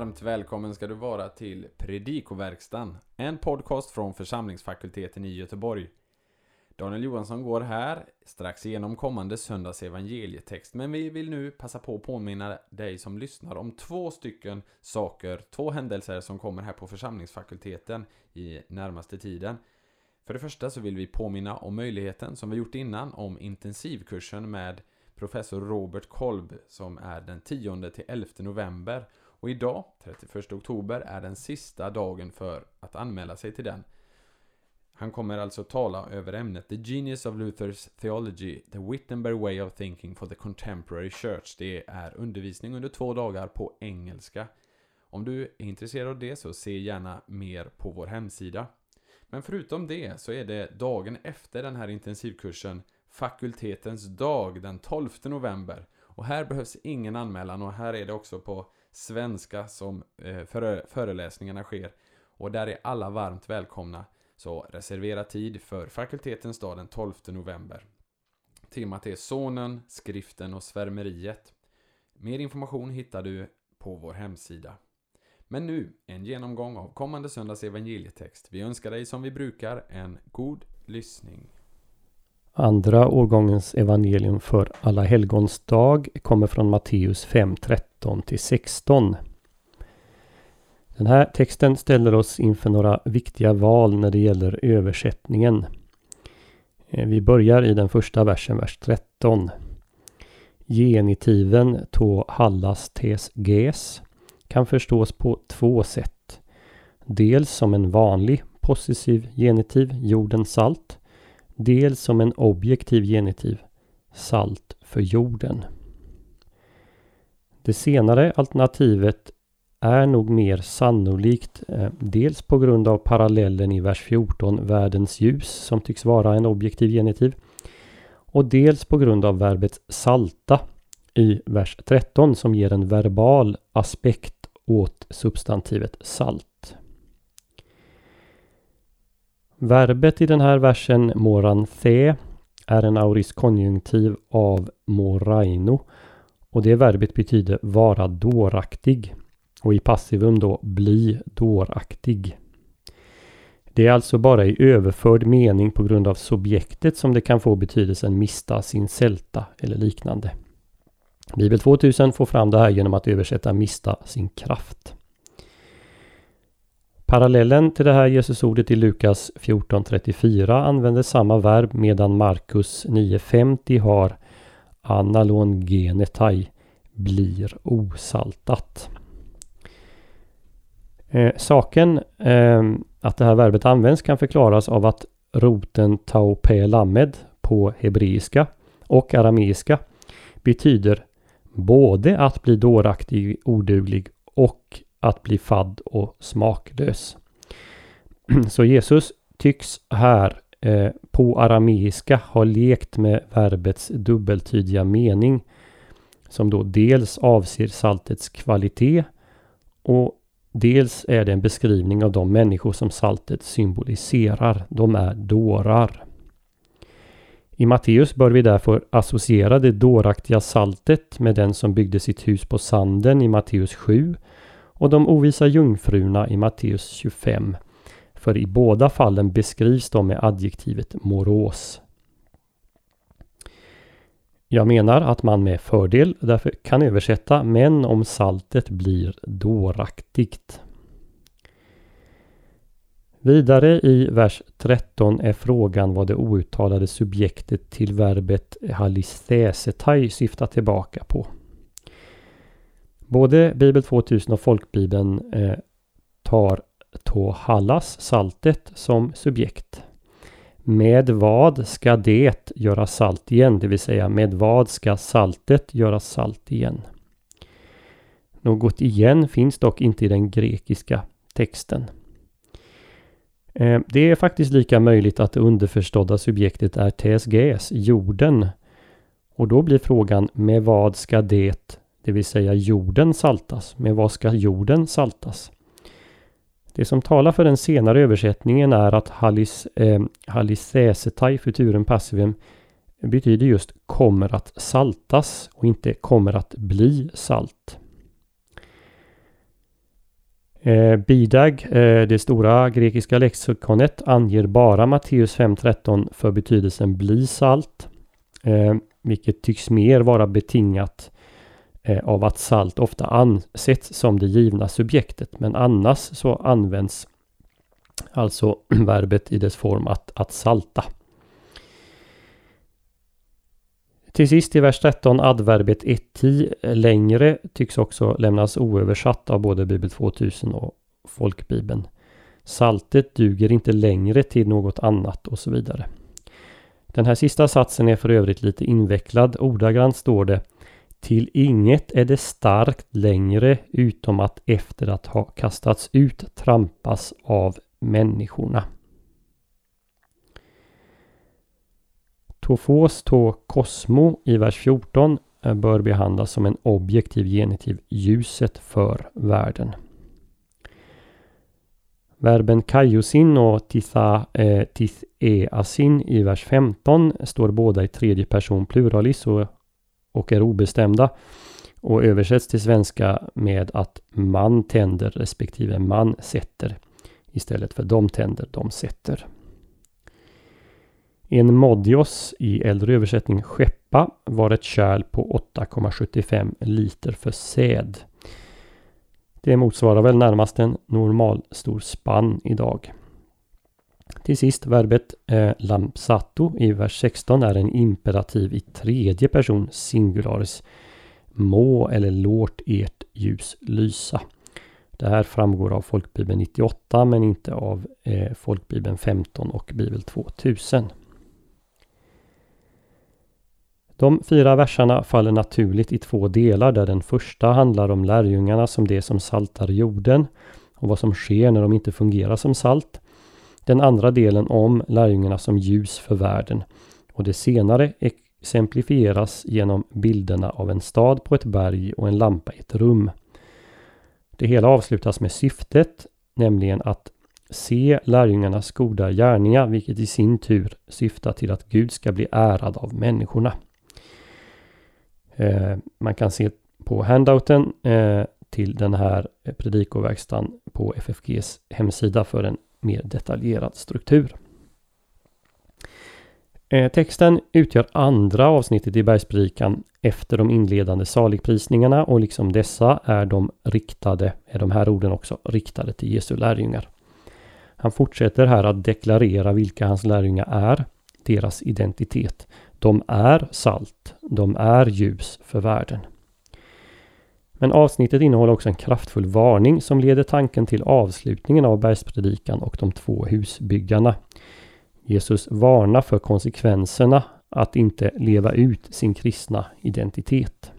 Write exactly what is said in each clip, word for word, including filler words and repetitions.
Varmt välkommen ska du vara till Predikoverkstan, en podcast från församlingsfakulteten i Göteborg. Daniel Johansson går här strax igenom kommande söndags evangelietext, men vi vill nu passa på att påminna dig som lyssnar om två stycken saker, två händelser som kommer här på församlingsfakulteten i närmaste tiden. För det första så vill vi påminna om möjligheten som vi gjort innan om intensivkursen med professor Robert Kolb som är den tionde till elfte november. Och idag, trettioförsta oktober, är den sista dagen för att anmäla sig till den. Han kommer alltså tala över ämnet The Genius of Luther's Theology, The Wittenberg Way of Thinking for the Contemporary Church. Det är undervisning under två dagar på engelska. Om du är intresserad av det så se gärna mer på vår hemsida. Men förutom det så är det dagen efter den här intensivkursen fakultetens dag den tolfte november. Och här behövs ingen anmälan och här är det också på svenska som före, föreläsningarna sker. Och där är alla varmt välkomna. Så reservera tid för fakultetens dag den tolfte november. Temat är Sonen, skriften och svärmeriet. Mer information hittar du på vår hemsida. Men nu en genomgång av kommande söndags evangelietext. Vi önskar dig som vi brukar en god lyssning. Andra årgångens evangelium för alla helgons dag kommer från Matteus fem tretton till sexton. Den här texten ställer oss inför några viktiga val när det gäller översättningen. Vi börjar i den första versen, vers tretton. Genitiven to hallas tes ges kan förstås på två sätt. Dels som en vanlig possessiv genitiv, jorden salt. Dels som en objektiv genitiv, salt för jorden. Det senare alternativet är nog mer sannolikt, eh, dels på grund av parallellen i vers fjorton, världens ljus, som tycks vara en objektiv genitiv, och dels på grund av verbet salta i vers tretton som ger en verbal aspekt åt substantivet salt. Verbet i den här versen, moranthe, är en aorist konjunktiv av moraino och det verbet betyder vara dåraktig och i passivum då bli dåraktig. Det är alltså bara i överförd mening på grund av subjektet som det kan få betydelsen mista sin sälta eller liknande. Bibel tvåtusen får fram det här genom att översätta mista sin kraft. Parallellen till det här Jesusordet i Lukas fjorton trettiofyra använder samma verb medan Markus nio femtio har analon genetai, blir osaltat. Eh, saken eh, att det här verbet används kan förklaras av att roten taupe lamed på hebreiska och arameiska betyder både att bli dåraktig, oduglig och att bli fadd och smaklös. Så Jesus tycks här eh, på arameiska ha lekt med verbets dubbeltydiga mening som då dels avser saltets kvalitet och dels är det en beskrivning av de människor som saltet symboliserar. De är dårar. I Matteus bör vi därför associera det dåraktiga saltet med den som byggde sitt hus på sanden i Matteus sju och de ovisa jungfrurna i Matteus tjugofem. För i båda fallen beskrivs de med adjektivet moros. Jag menar att man med fördel därför kan översätta men om saltet blir dåraktigt. Vidare i vers tretton är frågan vad det outtalade subjektet till verbet halisthesetai syftar tillbaka på. Både Bibel tvåtusen och Folkbibeln eh, tar to hallas, saltet, som subjekt. Med vad ska det göra salt igen? Det vill säga med vad ska saltet göra salt igen? Något igen finns dock inte i den grekiska texten. Eh, det är faktiskt lika möjligt att det underförstådda subjektet är tes ges, jorden. Och då blir frågan med vad ska det, det vill säga jorden, saltas? Med vad ska jorden saltas? Det som talar för den senare översättningen är att halis, eh, halisesetai, futurum passivum, betyder just kommer att saltas och inte kommer att bli salt. Eh, Bidag, eh, det stora grekiska lexikonet, anger bara Matteus fem tretton för betydelsen bli salt. Eh, vilket tycks mer vara betingat eh, av att salt ofta ansetts som det givna subjektet. Men annars så används alltså verbet i dess form att, att salta. Till sist i vers tretton, adverbet etti, längre, tycks också lämnas oöversatt av både Bibel tvåtusen och Folkbibeln. Saltet duger inte längre till något annat och så vidare. Den här sista satsen är för övrigt lite invecklad. Ordagrant står det: till inget är det starkt längre utom att efter att ha kastats ut trampas av människorna. Tofos to kosmo i vers fjorton bör behandlas som en objektiv genitiv, ljuset för världen. Verben kaiosin och titha, eh, titheasin i vers femton står båda i tredje person pluralis och, och är obestämda och översätts till svenska med att man tänder respektive man sätter istället för de tänder, de sätter. En modios i äldre översättning skeppa var ett kärl på åtta komma sjuttiofem liter för säd. Det motsvarar väl närmast en normal stor spann idag. Till sist verbet eh, lampsato i vers sexton är en imperativ i tredje person singularis. Må eller låt ert ljus lysa. Det här framgår av Folkbibeln nittioåtta men inte av eh, Folkbibeln femton och Bibel tvåtusen. De fyra verserna faller naturligt i två delar där den första handlar om lärjungarna som det som saltar jorden och vad som sker när de inte fungerar som salt. Den andra delen om lärjungarna som ljus för världen och det senare exemplifieras genom bilderna av en stad på ett berg och en lampa i ett rum. Det hela avslutas med syftet, nämligen att se lärjungarnas goda gärningar, vilket i sin tur syftar till att Gud ska bli ärad av människorna. Eh, man kan se på handouten eh, till den här predikoverkstan på F F G:s hemsida för en mer detaljerad struktur. Eh, texten utgör andra avsnittet i bergspredikan efter de inledande saligprisningarna och liksom dessa är de riktade, är de här orden också riktade till Jesu lärjungar. Han fortsätter här att deklarera vilka hans lärjungar är, deras identitet. De är salt, de är ljus för världen. Men avsnittet innehåller också en kraftfull varning som leder tanken till avslutningen av bergspredikan och de två husbyggarna. Jesus varnar för konsekvenserna att inte leva ut sin kristna identitet.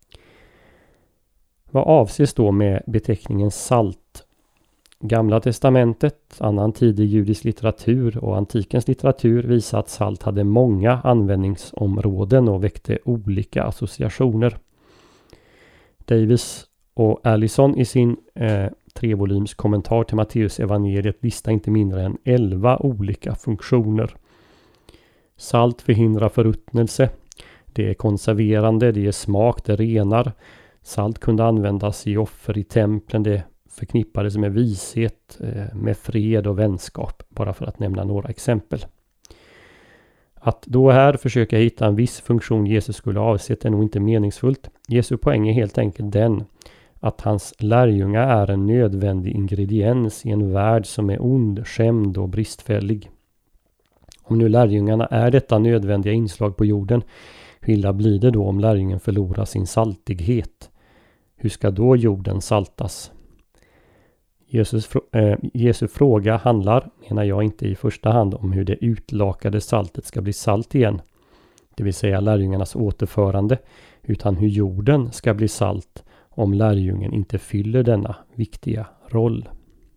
Vad avses då med beteckningen salt? Gamla testamentet, annan tidig judisk litteratur och antikens litteratur visar att salt hade många användningsområden och väckte olika associationer. Davis och Allison i sin eh, trevolyms kommentar till Matteus evangeliet listar inte mindre än elva olika funktioner. Salt förhindrar förruttnelse. Det är konserverande, det ger smak, det renar. Salt kunde användas i offer i templen, det förknippades med vishet, med fred och vänskap, bara för att nämna några exempel. Att då här försöka hitta en viss funktion Jesus skulle avsett är nog inte meningsfullt. Jesu poäng är helt enkelt den att hans lärjungar är en nödvändig ingrediens i en värld som är ond, skämd och bristfällig. Om nu lärjungarna är detta nödvändiga inslag på jorden, hur illa blir det då om lärjungen förlorar sin saltighet? Hur ska då jorden saltas? Jesus, äh, Jesu fråga handlar, menar jag, inte i första hand om hur det utlakade saltet ska bli salt igen, det vill säga lärjungarnas återförande, utan hur jorden ska bli salt om lärjungen inte fyller denna viktiga roll.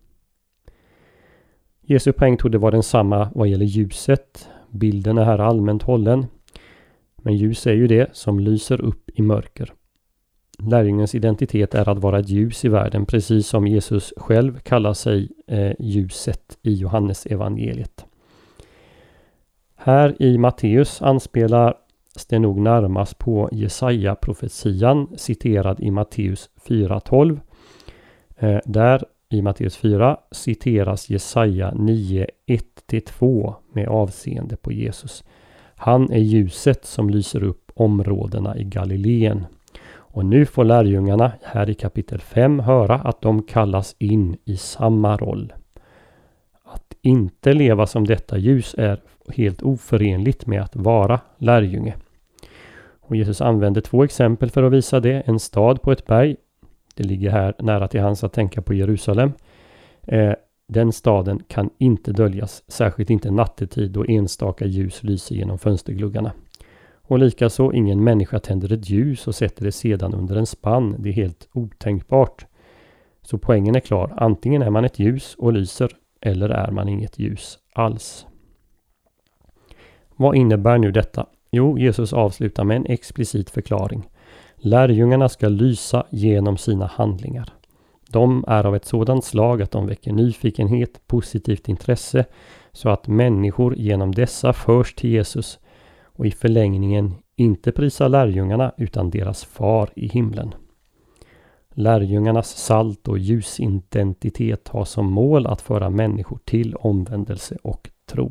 Jesu poäng tog det vara densamma vad gäller ljuset. Bilden är här allmänt hållen, men ljus är ju det som lyser upp i mörker. Lärjungens identitet är att vara ett ljus i världen, precis som Jesus själv kallar sig eh, ljuset i Johannes evangeliet. Här i Matteus anspelar det nog närmast på Jesaja-profetian citerad i Matteus fyra tolv. Eh, där i Matteus fyra citeras Jesaja nio ett till två med avseende på Jesus. Han är ljuset som lyser upp områdena i Galileen. Och nu får lärjungarna här i kapitel fem höra att de kallas in i samma roll. Att inte leva som detta ljus är helt oförenligt med att vara lärjunge. Och Jesus använder två exempel för att visa det. En stad på ett berg. Det ligger här nära till hands att tänka på Jerusalem. Eh, den staden kan inte döljas, särskilt inte nattetid då enstaka ljus lyser genom fönstergluggarna. Och likaså ingen människa tänder ett ljus och sätter det sedan under en spann. Det är helt otänkbart. Så poängen är klar. Antingen är man ett ljus och lyser eller är man inget ljus alls. Vad innebär nu detta? Jo, Jesus avslutar med en explicit förklaring. Lärjungarna ska lysa genom sina handlingar. De är av ett sådant slag att de väcker nyfikenhet, positivt intresse så att människor genom dessa förs till Jesus och i förlängningen inte prisar lärjungarna utan deras far i himlen. Lärjungarnas salt och ljusidentitet har som mål att föra människor till omvändelse och tro.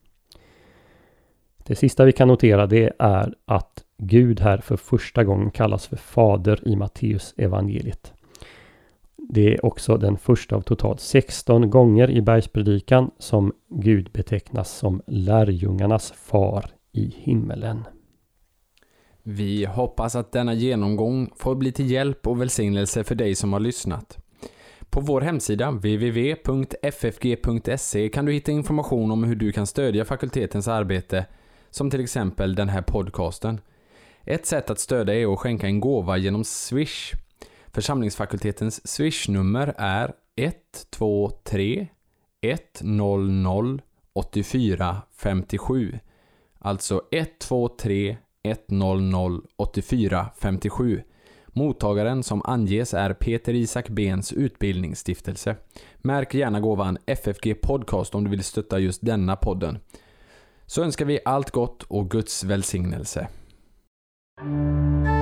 Det sista vi kan notera det är att Gud här för första gången kallas för fader i Matteus evangeliet. Det är också den första av totalt sexton gånger i bergspredikan som Gud betecknas som lärjungarnas far i himmelen. Vi hoppas att denna genomgång får bli till hjälp och välsignelse för dig som har lyssnat. På vår hemsida w w w punkt f f g punkt s e kan du hitta information om hur du kan stödja fakultetens arbete, som till exempel den här podcasten. Ett sätt att stödja är att skänka en gåva genom Swish. Församlingsfakultetens Swish-nummer är ett två tre ett noll noll åtta fyra fem sju. Alltså ett två tre ett noll noll åtta fyra fem sju. Mottagaren som anges är Peter Isak Bens utbildningsstiftelse. Märk gärna gåvan F F G Podcast om du vill stötta just denna podden. Så önskar vi allt gott och Guds välsignelse.